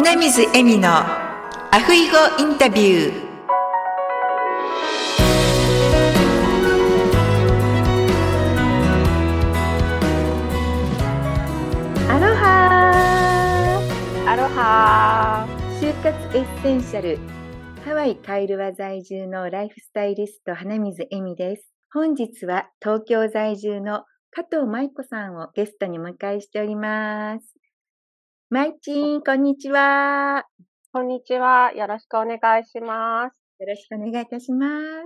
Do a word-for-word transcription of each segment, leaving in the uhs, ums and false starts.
花水恵美のアフイゴインタビュー。 アロハーアロハー就活エッセンシャル、ハワイカイルワ在住のライフスタイリスト花水恵美です。本日は東京在住の加藤舞子さんをゲストにお迎えしております。まいちん、こんにちは。 こんにちは。よろしくお願いします。 よろしくお願いいたします。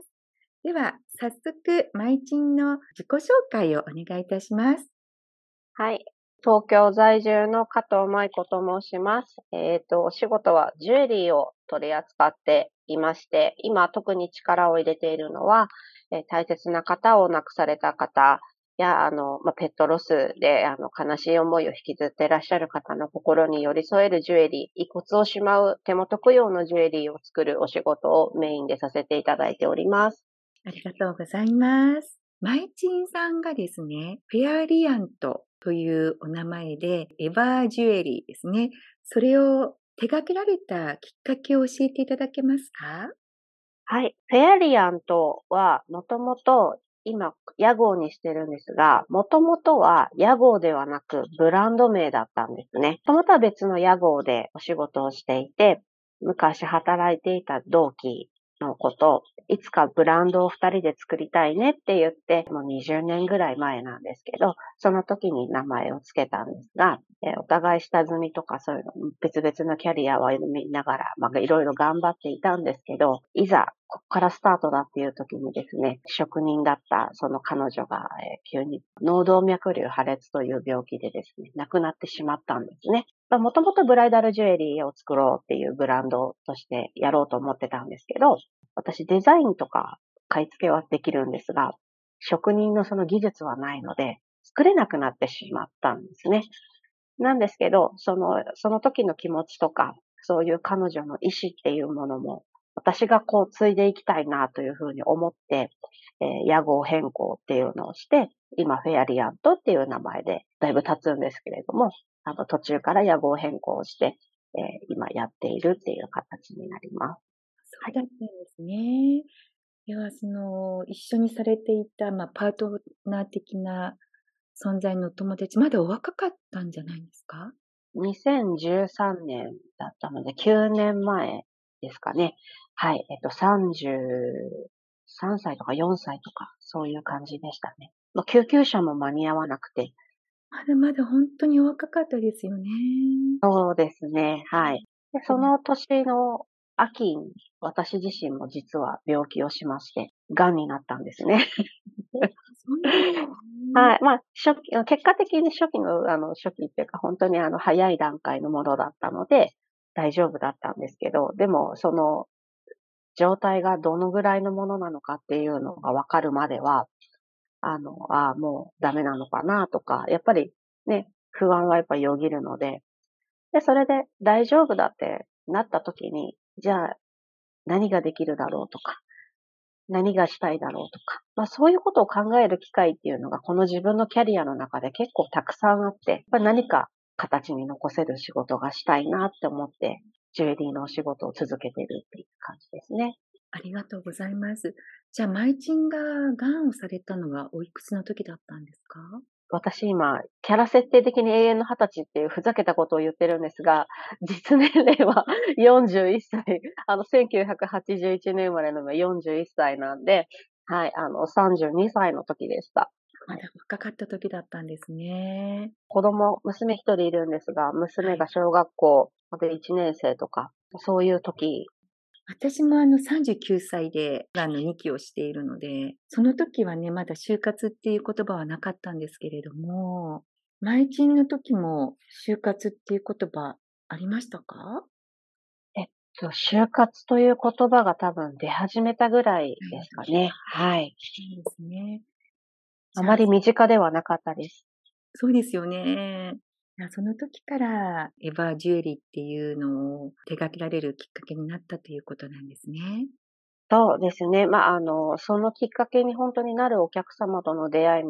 では、早速、まいちんの自己紹介をお願いいたします。 はい。東京在住の加藤舞子と申します。えっと、お仕事はジュエリーを取り扱っていまして、今特に力を入れているのは、えー、大切な方を亡くされた方や、あの、まあ、ペットロスで、あの、悲しい思いを引きずっていらっしゃる方の心に寄り添えるジュエリー、遺骨をしまう手元供養のジュエリーを作るお仕事をメインでさせていただいております。 ありがとうございます。まいちんさんがですね、フェアリアントというお名前で、エバージュエリーですね。それを手掛けられたきっかけを教えていただけますか？ はい。フェアリアントは、もともと、今、屋号にしてるんですが、もともとは屋号ではなくブランド名だったんですね。もともとは別の屋号でお仕事をしていて、昔働いていた同期のこと、いつかブランドを二人で作りたいねって言って、もうにじゅうねんぐらい前なんですけど、その時に名前を付けたんですが、えお互い下積みとかそういうの、別々のキャリアを歩みながら、まあ、いろいろ頑張っていたんですけど、いざ、ここからスタートだっていう時にですね、職人だったその彼女が、えー、急に脳動脈瘤破裂という病気でですね、亡くなってしまったんですね。もともとブライダルジュエリーを作ろうっていうブランドとしてやろうと思ってたんですけど、私デザインとか買い付けはできるんですが、職人のその技術はないので、作れなくなってしまったんですね。なんですけど、その、その時の気持ちとか、そういう彼女の意思っていうものも、私がこう継いでいきたいなというふうに思って、えー、屋号変更っていうのをして、今フェアリアントっていう名前でだいぶ経つんですけれども、あの途中から屋号変更をして、えー、今やっているっていう形になります。 そうだったんですね。では、その、一緒にされていた、まあ、パートナー的な存在のお友達、まだお若かったんじゃないですか？ にせんじゅうさんねんだったので、きゅうねんまえですかね。はい。えっと、さんじゅうさんさいとかよんさいとか、そういう感じでしたね。まあ、救急車も間に合わなくて。 まだまだ本当にお若かったですよね。 そうですね。はい。で、その年の秋に、私自身も実は病気をしまして、癌になったんですね。 そうなんですね。 はい。まあ、初期、結果的に初期の、あの、初期っていうか、本当にあの、早い段階のものだったので、大丈夫だったんですけど、でも、その、状態がどのぐらいのものなのかっていうのが分かるまでは、あの、ああ、もうダメなのかなとか、やっぱりね、不安はやっぱりよぎるので、で、それで大丈夫だってなった時に、じゃあ何ができるだろうとか、何がしたいだろうとか、まあそういうことを考える機会っていうのがこの自分のキャリアの中で結構たくさんあって、やっぱり何か形に残せる仕事がしたいなって思って、ジュエリーのお仕事を続けてるっていう感じですね。 ありがとうございます。じゃあ、マイチンが癌をされたのはおいくつの時だったんですか？ 私今、キャラ設定的に永遠のはたちっていうふざけたことを言ってるんですが、実年齢はよんじゅういっさい、あの、せんきゅうひゃくはちじゅういちねん生まれのよんじゅういっさいなんで、はい、あの、さんじゅうにさいの時でした。 まだ若かった時だったんですね。 子供、娘一人いるんですが、娘が小学校でいちねん生とか、そういう時。 私もあのさんじゅうきゅうさいでがんのにきをしているので、その時はね、まだ就活っていう言葉はなかったんですけれども、マイチンの時も就活っていう言葉ありましたか？ えっと、就活という言葉が多分出始めたぐらいですかね。はい。 そうですね。 あまり身近ではなかったです。 そうですよね。その時からエバージュエリーっていうのを手掛けられるきっかけになったということなんですね。 そうですね。まあ、あの、そのきっかけに本当になるお客様との出会いも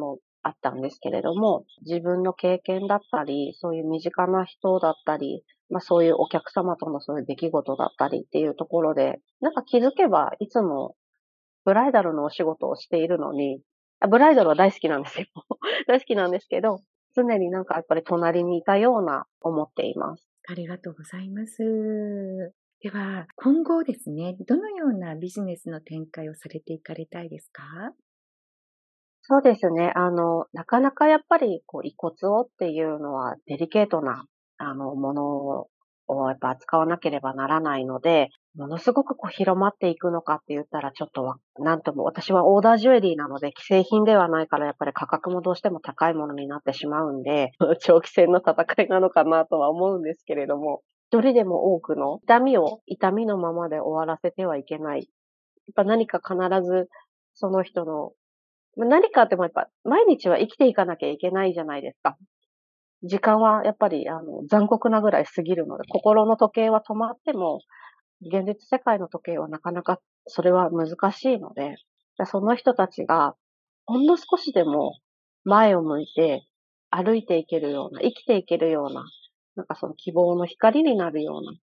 あったんですけれども、自分の経験だったり、そういう身近な人だったり、まあそういうお客様とのそういう出来事だったりっていうところで、なんか気づけばいつもブライダルのお仕事をしているのに、あブライダルは大好きなんですよ。大好きなんですけど、常になんかやっぱり隣にいたような思っています。 ありがとうございます。では、今後ですね、どのようなビジネスの展開をされていかれたいですか？ そうですね。あの、なかなかやっぱり、こう、遺骨をっていうのはデリケートな、あの、ものをやっぱ扱わなければならないので、ものすごくこう広まっていくのかって言ったらちょっとわなんとも、私はオーダージュエリーなので既製品ではないからやっぱり価格もどうしても高いものになってしまうんで、長期戦の戦いなのかなとは思うんですけれども、一人でも多くの痛みを痛みのままで終わらせてはいけない。やっぱ何か必ずその人のま、何かあってもやっぱ、毎日は生きていかなきゃいけないじゃないですか。時間はやっぱり、あの、残酷なぐらい過ぎるので、心の時計は止まっても、現実世界の時計はなかなかそれは難しいので、じゃ、その人たちが、ほんの少しでも前を向いて歩いていけるような、生きていけるような、なんかその希望の光になるような、うん、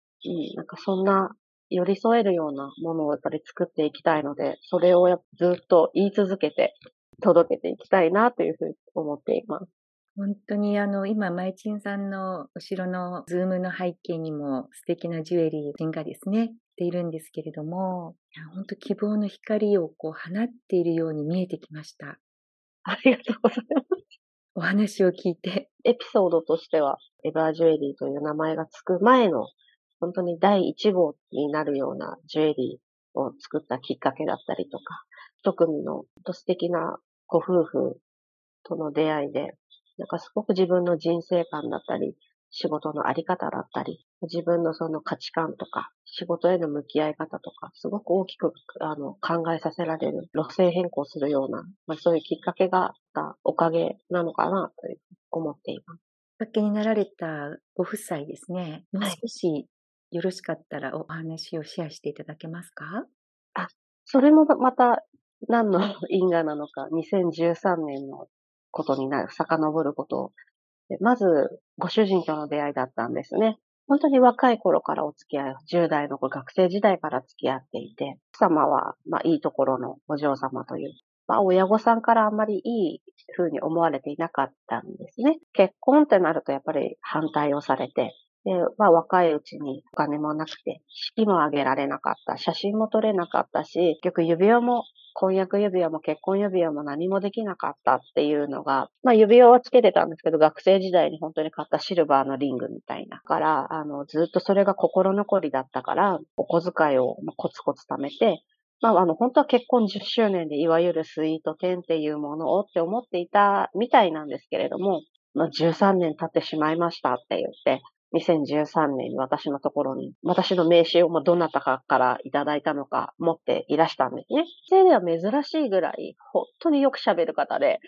なんかそんな寄り添えるようなものをやっぱり作っていきたいので、それをやずっと言い続けて届けていきたいなというふうに思っています。 本当にあの、今、マイチンさんの後ろのズームの背景にも素敵なジュエリーがですね、ているんですけれども、いや、本当希望の光をこう放っているように見えてきました。 ありがとうございます。 お話を聞いて。 エピソードとしては、エバージュエリーという名前がつく前の、本当にだいいち号になるようなジュエリーを作ったきっかけだったりとか、一組のほんと素敵なご夫婦との出会いで、なんかすごく自分の人生観だったり、仕事のあり方だったり、自分のその価値観とか、仕事への向き合い方とか、すごく大きくあの考えさせられる、路線変更するような、まあ、そういうきっかけがあったおかげなのかなという思っています。 きっかけになられたご夫妻ですね、もうはい。 少しよろしかったらお話をシェアしていただけますか？ あ、それもまた何の因果なのか、にせんじゅうさんねんのことになる遡ることで、まず、ご主人との出会いだったんですね。本当に若い頃からお付き合い、じゅう代の学生時代から付き合っていて、奥様は、まあ、いいところのお嬢様という、まあ、親御さんからあんまりいい風に思われていなかったんですね。結婚ってなるとやっぱり反対をされて、で、まあ、若いうちにお金もなくて、式も挙げられなかった、写真も撮れなかったし、結局指輪も婚約指輪も結婚指輪も何もできなかったっていうのが、まあ指輪はつけてたんですけど、学生時代に本当に買ったシルバーのリングみたいな。から、あの、ずっとそれが心残りだったから、お小遣いをコツコツ貯めて、まあ、あの、本当は結婚じゅっしゅうねんでいわゆるスイートテンっていうものをって思っていたみたいなんですけれども、まあ、じゅうさんねん経ってしまいましたって言って、にせんじゅうさんねんに私のところに、私の名刺をもうどなたかからいただいたのか持っていらしたんですね。女性では珍しいぐらい、本当によく喋る方で、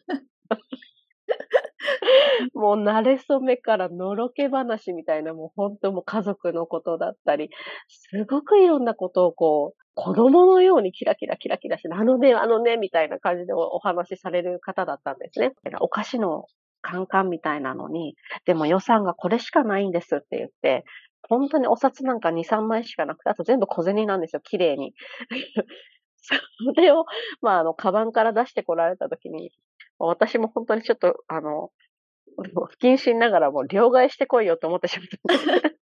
もう慣れ初めからのろけ話みたいな、もう本当もう家族のことだったり、すごくいろんなことをこう、子供のようにキラキラキラキラして、あのね、あのね、みたいな感じでおお話しされる方だったんですね。お菓子のカンカンみたいなのに、でも予算がこれしかないんですって言って、本当にお札なんかに、さんまいしかなくて、あと全部小銭なんですよ、綺麗に。それを、まあ、あの、カバンから出してこられた時に、私も本当にちょっと、あの、もう不謹慎ながらもう両替してこいよと思ってしまったんです。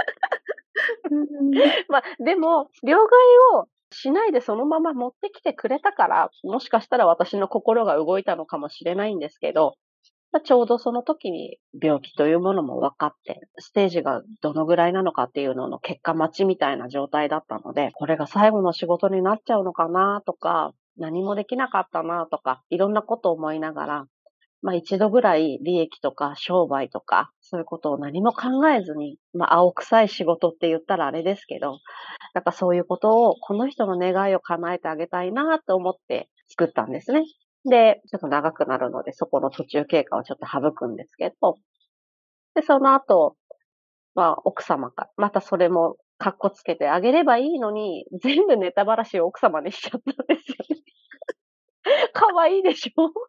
まあ、でも、両替をしないでそのまま持ってきてくれたから、もしかしたら私の心が動いたのかもしれないんですけど、ま、ちょうどその時に病気というものも分かって、ステージがどのぐらいなのかっていうのの結果待ちみたいな状態だったので、これが最後の仕事になっちゃうのかなとか、何もできなかったなとか、いろんなことを思いながら、ま、一度ぐらい利益とか商売とか、そういうことを何も考えずに、ま、青臭い仕事って言ったらあれですけど、なんかそういうことを、この人の願いを叶えてあげたいなと思って作ったんですね。で、ちょっと長くなるので、そこの途中経過をちょっと省くんですけど、で、その後、まあ、奥様が、またそれもかっこつけてあげればいいのに、全部ネタばらしを奥様にしちゃったんですよね。可愛いでしょ？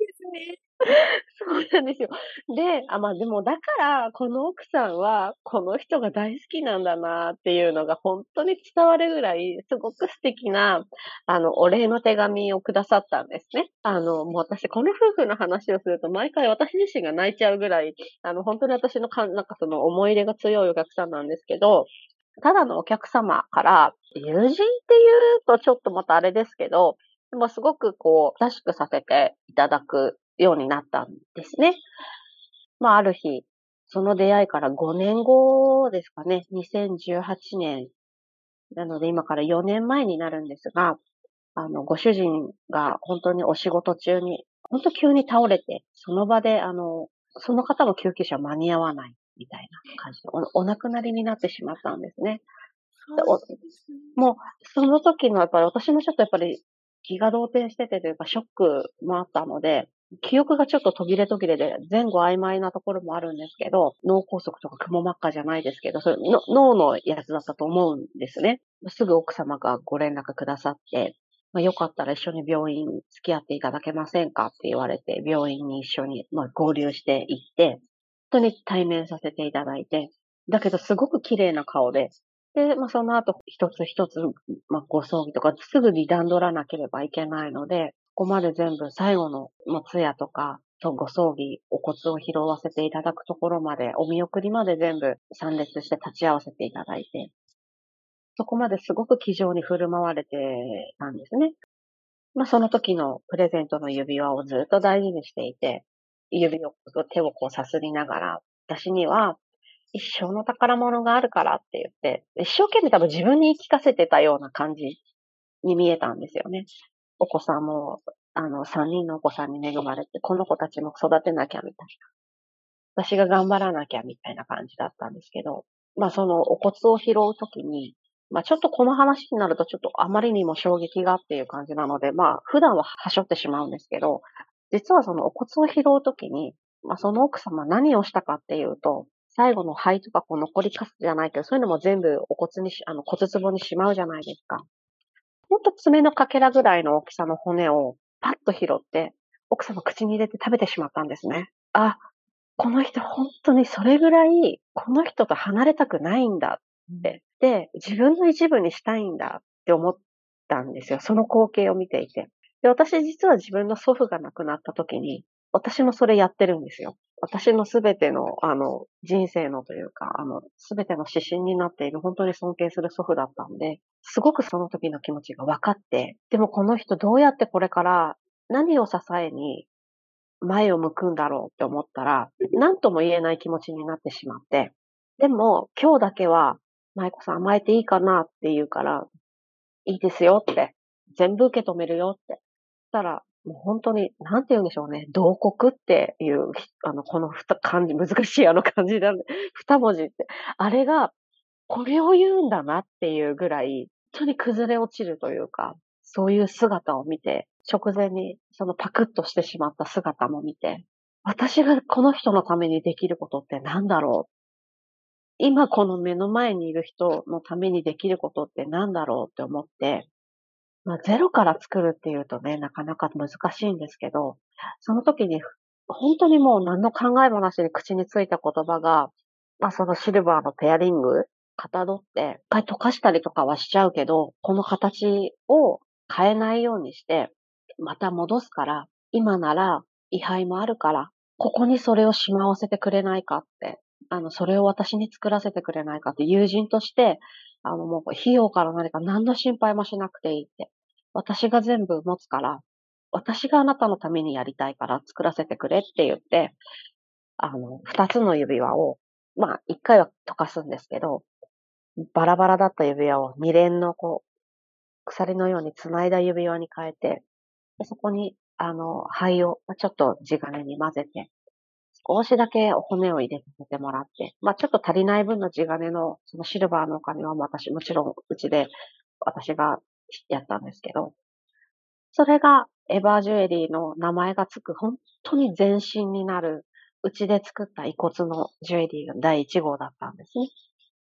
ですね。 そうなんですよ。で、あ、まあでもだから、この奥さんは、この人が大好きなんだなっていうのが本当に伝わるぐらい、すごく素敵な、あの、お礼の手紙をくださったんですね。あの、もう私、この夫婦の話をすると、毎回私自身が泣いちゃうぐらい、あの、本当に私のか、なんかその思い入れが強いお客さんなんですけど、ただのお客様から、友人っていうとちょっとまたあれですけど、でもすごくこう、親しくさせていただくようになったんですね。まあ、ある日、その出会いからごねんごですかね、にせんじゅうはちねん。なので今からよねんまえになるんですが、あの、ご主人が本当にお仕事中に、本当急に倒れて、その場であの、その方の救急車間に合わないみたいな感じで、お、お亡くなりになってしまったんですね。でおもう、その時のやっぱり私もちょっとやっぱり気が動転しててというかショックもあったので、記憶がちょっと途切れ途切れで前後曖昧なところもあるんですけど、脳梗塞とかくも膜下じゃないですけど、それの脳のやつだったと思うんですね。すぐ奥様がご連絡くださって、まあ、よかったら一緒に病院付き合っていただけませんかって言われて、病院に一緒に、まあ、合流していって、本当に対面させていただいて、だけどすごく綺麗な顔で、で、まあ、その後、一つ一つ、まあ、ご葬儀とか、すぐに段取らなければいけないので、ここまで全部最後の、まあ、通夜とか、とご葬儀、お骨を拾わせていただくところまで、お見送りまで全部参列して立ち会わせていただいて、そこまですごく気丈に振る舞われてたんですね。まあ、その時のプレゼントの指輪をずっと大事にしていて、指を、手をこうさすりながら、私には、一生の宝物があるからって言って、一生懸命多分自分に言い聞かせてたような感じに見えたんですよね。お子さんも、あの、三人のお子さんに恵まれて、この子たちも育てなきゃみたいな。私が頑張らなきゃみたいな感じだったんですけど、まあそのお骨を拾うときに、まあちょっとこの話になるとちょっとあまりにも衝撃がっていう感じなので、まあ普段ははしょってしまうんですけど、実はそのお骨を拾うときに、まあその奥様何をしたかっていうと、最後の灰とかこう残りかすじゃないけど、そういうのも全部お骨にし、あの骨壺にしまうじゃないですか。ほんと爪のかけらぐらいの大きさの骨をパッと拾って、奥様口に入れて食べてしまったんですね。あ、この人本当にそれぐらい、この人と離れたくないんだって。で、自分の一部にしたいんだって思ったんですよ。その光景を見ていて。で、私実は自分の祖父が亡くなった時に、私もそれやってるんですよ。私のすべての、あの、人生のというか、あの、すべての指針になっている本当に尊敬する祖父だったんで、すごくその時の気持ちが分かって、でもこの人どうやってこれから何を支えに前を向くんだろうって思ったら、何とも言えない気持ちになってしまって、でも今日だけは、舞子さん甘えていいかなって言うから、いいですよって、全部受け止めるよって。そしたら、もう本当に、なんて言うんでしょうね、慟哭っていう、あの、このふた漢字、難しいあの漢字なんで、二文字って、あれが、これを言うんだなっていうぐらい、本当に崩れ落ちるというか、そういう姿を見て、直前にそのパクッとしてしまった姿も見て、私がこの人のためにできることって何だろう、今この目の前にいる人のためにできることって何だろうって思って、まあ、ゼロから作るっていうとね、なかなか難しいんですけど、その時に、本当にもう何の考えもなしに口についた言葉が、まあ、そのシルバーのペアリング、かたどって、一回溶かしたりとかはしちゃうけど、この形を変えないようにして、また戻すから、今なら位牌もあるから、ここにそれをしまわせてくれないかって、あの、それを私に作らせてくれないかって友人として、あの、もう費用から何か何の心配もしなくていいって。私が全部持つから、私があなたのためにやりたいから作らせてくれって言って、あの、二つの指輪を、まあ、一回は溶かすんですけど、バラバラだった指輪を二連のこう、鎖のように繋いだ指輪に変えて、でそこに、あの、灰をちょっと地金に混ぜて、少しだけ骨を入れさせてもらって、まあちょっと足りない分の地金の、そのシルバーのお金は私、もちろんうちで私がやったんですけど、それがエバージュエリーの名前がつく本当に前身になる、うちで作った遺骨のジュエリーがだいいち号だったんですね。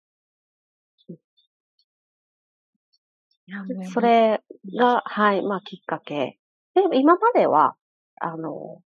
いや、もう、 それが、はい、まあきっかけ。で、今までは、あの、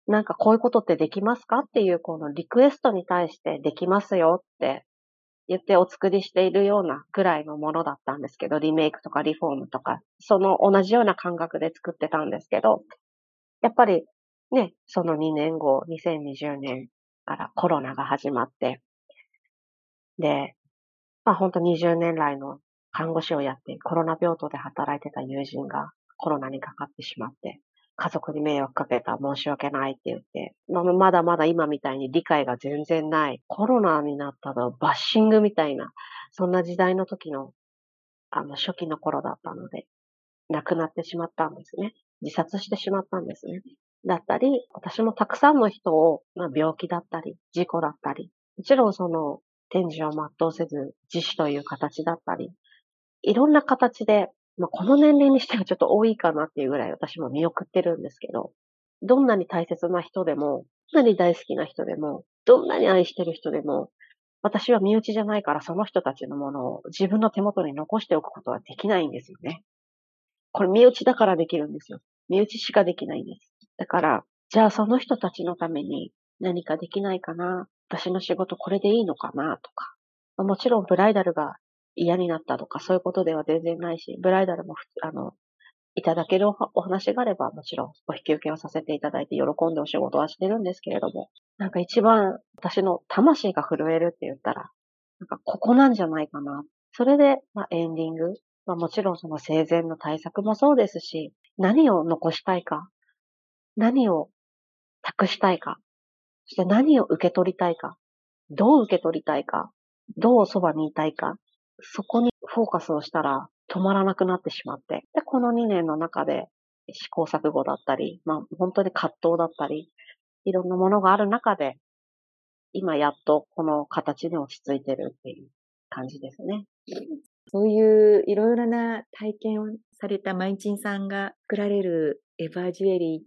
なんかこういうことってできますかっていうこのリクエストに対してできますよって言ってお作りしているようなぐらいのものだったんですけど、リメイクとかリフォームとか、その同じような感覚で作ってたんですけど、やっぱりね、そのにねんご、にせんにじゅうねんからコロナが始まって、で、まあ本当にじゅうねん来の看護師をやってコロナ病棟で働いてた友人がコロナにかかってしまって、家族に迷惑かけた、申し訳ないって言って、まあ、まだまだ今みたいに理解が全然ない、コロナになったらバッシングみたいな、そんな時代の時の、あの、初期の頃だったので、亡くなってしまったんですね。自殺してしまったんですね。だったり、私もたくさんの人を、まあ、病気だったり、事故だったり、もちろんその、天寿を全うせず、自死という形だったり、いろんな形で、まあ、この年齢にしてはちょっと多いかなっていうぐらい私も見送ってるんですけど、どんなに大切な人でも、どんなに大好きな人でも、どんなに愛してる人でも、私は身内じゃないからその人たちのものを自分の手元に残しておくことはできないんですよね。これ身内だからできるんですよ。身内しかできないんです。だから、じゃあその人たちのために何かできないかな、私の仕事これでいいのかなとか。もちろんブライダルが嫌になったとかそういうことでは全然ないし、ブライダルもあの、いただけるお話があればもちろんお引き受けをさせていただいて喜んでお仕事はしてるんですけれども、なんか一番私の魂が震えるって言ったら、なんかここなんじゃないかな。それで、まあ、エンディング、まあ、もちろんその生前の対策もそうですし、何を残したいか、何を託したいか、そして何を受け取りたいか、どう受け取りたいか、どうそばにいたいか、そこにフォーカスをしたら止まらなくなってしまって、で、このにねんの中で試行錯誤だったり、まあ本当に葛藤だったり、いろんなものがある中で、今やっとこの形に落ち着いてるっていう感じですね。 そういういろいろな体験をされたマイチンさんが作られるエバージュエリーって、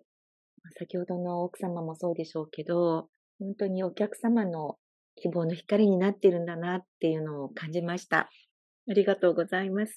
先ほどの奥様もそうでしょうけど、本当にお客様の希望の光になってるんだなっていうのを感じました。ありがとうございます。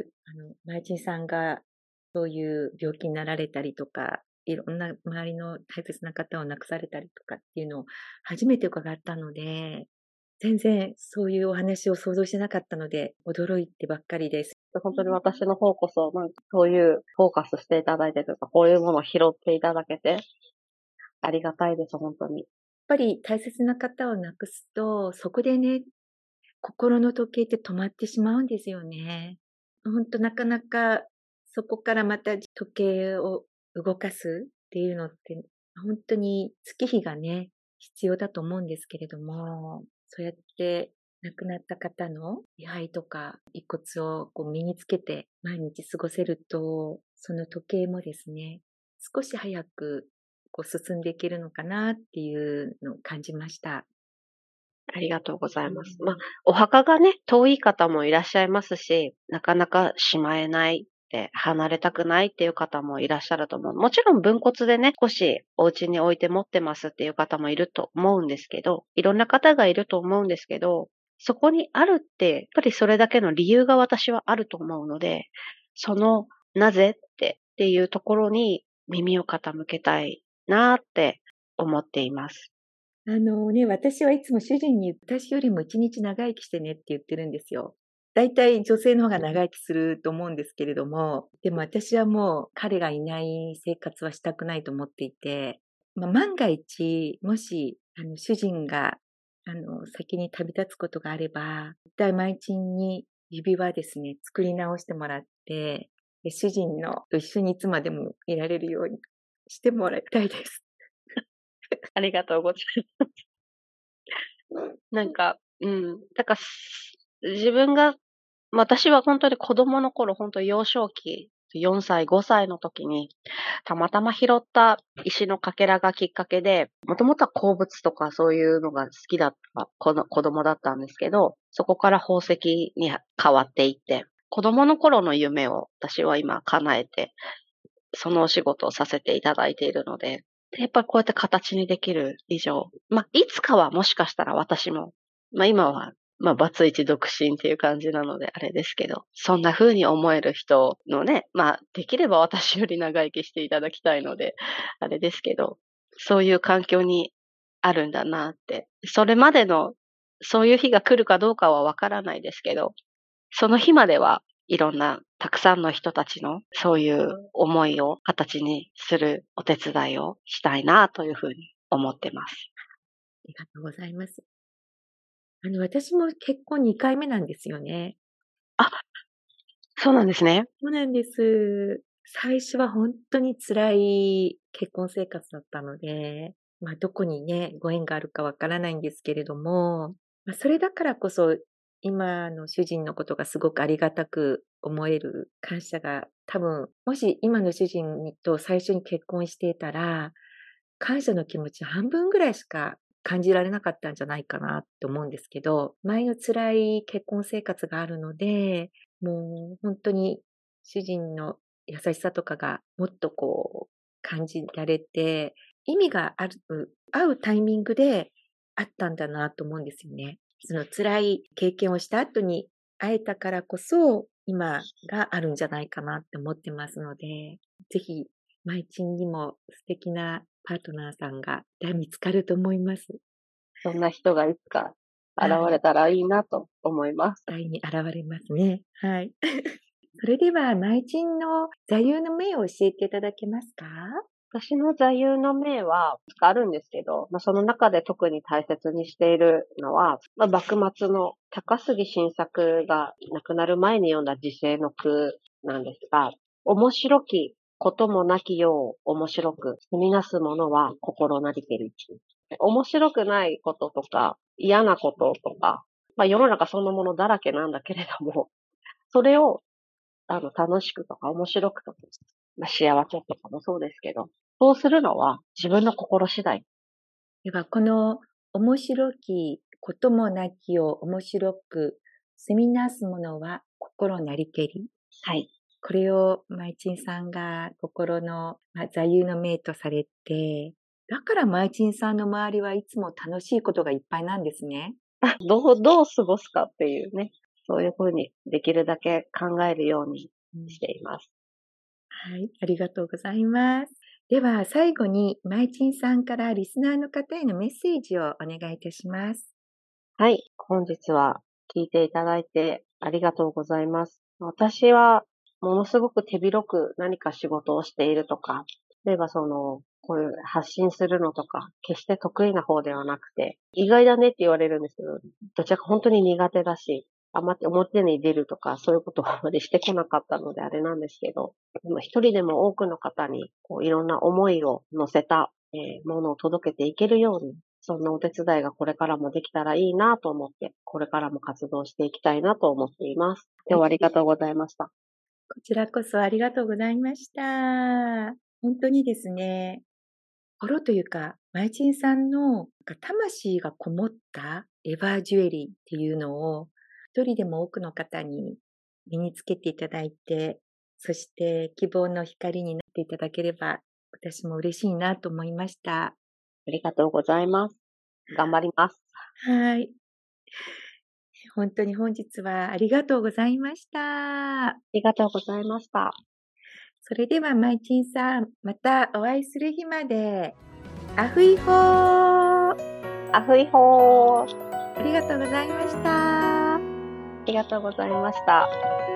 あの、マイチンさんがそういう病気になられたりとか、いろんな周りの大切な方を亡くされたりとかっていうのを初めて伺ったので、全然そういうお話を想像してなかったので、驚いてばっかりです。 本当に私の方こそ、なんかそういうフォーカスしていただいてとか、こういうものを拾っていただけて、ありがたいです、本当に。 やっぱり大切な方を亡くすと、そこでね、心の時計って止まってしまうんですよね。ほんとなかなかそこからまた時計を動かすっていうのって、ほんとに月日がね、必要だと思うんですけれども、そうやって亡くなった方の位牌とか遺骨をこう身につけて毎日過ごせると、その時計もですね、少し早くこう進んでいけるのかなっていうのを感じました。 ありがとうございます。まあ、お墓がね、遠い方もいらっしゃいますし、なかなかしまえないって、離れたくないっていう方もいらっしゃると思う。もちろん分骨でね、少しお家に置いて持ってますっていう方もいると思うんですけど、いろんな方がいると思うんですけど、そこにあるって、やっぱりそれだけの理由が私はあると思うので、そのなぜってっていうところに耳を傾けたいなって思っています。 あのね、私はいつも主人に私よりもいちにち長生きしてねって言ってるんですよ。だいたい女性の方が長生きすると思うんですけれども、でも私はもう彼がいない生活はしたくないと思っていて、まあ、万が一、もし、あの、主人が、あの、先に旅立つことがあれば、一体毎日に指輪ですね、作り直してもらって、で主人のと一緒にいつまでもいられるようにしてもらいたいです。 ありがとうございます。なんか、うん。だから、自分が、私は本当に子供の頃、本当幼少期、よんさい、ごさいの時に、たまたま拾った石のかけらがきっかけで、もともとは鉱物とかそういうのが好きだった子の子供だったんですけど、そこから宝石に変わっていって、子供の頃の夢を私は今叶えて、そのお仕事をさせていただいているので、でやっぱりこうやって形にできる以上、まあ、いつかはもしかしたら私も、まあ今は、まあ、バツイチ独身っていう感じなのであれですけど、そんな風に思える人のね、まあ、できれば私より長生きしていただきたいので、あれですけど、 そういう環境にあるんだなって。それまでの、そういう日が来るかどうかはわからないですけど、その日まではいろんなたくさんの人たちのそういう思いを形にするお手伝いをしたいなというふうに思ってます。 ありがとうございます。あの、私も結婚にかいめなんですよね。 あ、そうなんですね。 そうなんです。最初は本当に辛い結婚生活だったので、まあ、どこにね、ご縁があるかわからないんですけれども、まあ、それだからこそ、今の主人のことがすごくありがたく思える感謝が、多分、もし今の主人と最初に結婚していたら、感謝の気持ち半分ぐらいしか感じられなかったんじゃないかなと思うんですけど、前の辛い結婚生活があるので、もう本当に主人の優しさとかがもっとこう感じられて、意味がある、合うタイミングであったんだなと思うんですよね。その辛い経験をした後に会えたからこそ、今があるんじゃないかなって思ってますので、ぜひ、マイチンにも素敵なパートナーさんが見つかると思います。 そんな人がいつか現れたらいいなと思います。 はい、に現れますね。はい。それでは、マイチンの座右の銘を教えていただけますか？ 私の座右の銘は、あるんですけど、まあ、その中で特に大切にしているのは、まあ、幕末の高杉晋作が亡くなる前に読んだ時世の句なんですが、面白きこともなきよう面白く、住みなすものは心なりけり。面白くないこととか、嫌なこととか、まあ世の中そんなものだらけなんだけれども、それをあの楽しくとか面白くとか、まあ、幸せとかもそうですけど、そうするのは自分の心次第。 では、この面白きこともなきを面白く、住みなすものは心なりけり。 はい。 これをマイチンさんが心の、まあ、座右の銘とされて、だからマイチンさんの周りはいつも楽しいことがいっぱいなんですね。 どう、どう過ごすかっていうね、そういうふうにできるだけ考えるようにしています。 はい、ありがとうございます。では最後にマイチンさんからリスナーの方へのメッセージをお願いいたします。 はい。本日は聞いていただいてありがとうございます。私はものすごく手広く何か仕事をしているとか、例えばその、こういう発信するのとか、決して得意な方ではなくて、意外だねって言われるんですけど、どちらか本当に苦手だし、あんまり表に出るとか、そういうことをあまりしてこなかったのであれなんですけど、一人でも多くの方にこういろんな思いを乗せた、えーものを届けていけるように、そんなお手伝いがこれからもできたらいいなと思って、これからも活動していきたいなと思っています。今日はありがとうございました。 こちらこそありがとうございました。本当にですね、心というか、マイチンさんの魂がこもったエバージュエリーっていうのを一人でも多くの方に身につけていただいて、そして希望の光になっていただければ私も嬉しいなと思いました。 ありがとうございます。頑張ります。 はい。本当に本日はありがとうございました。 ありがとうございました。 それではマイチンさん、またお会いする日まで。アフイホー。 アフイホー。 ありがとうございました。 ありがとうございました。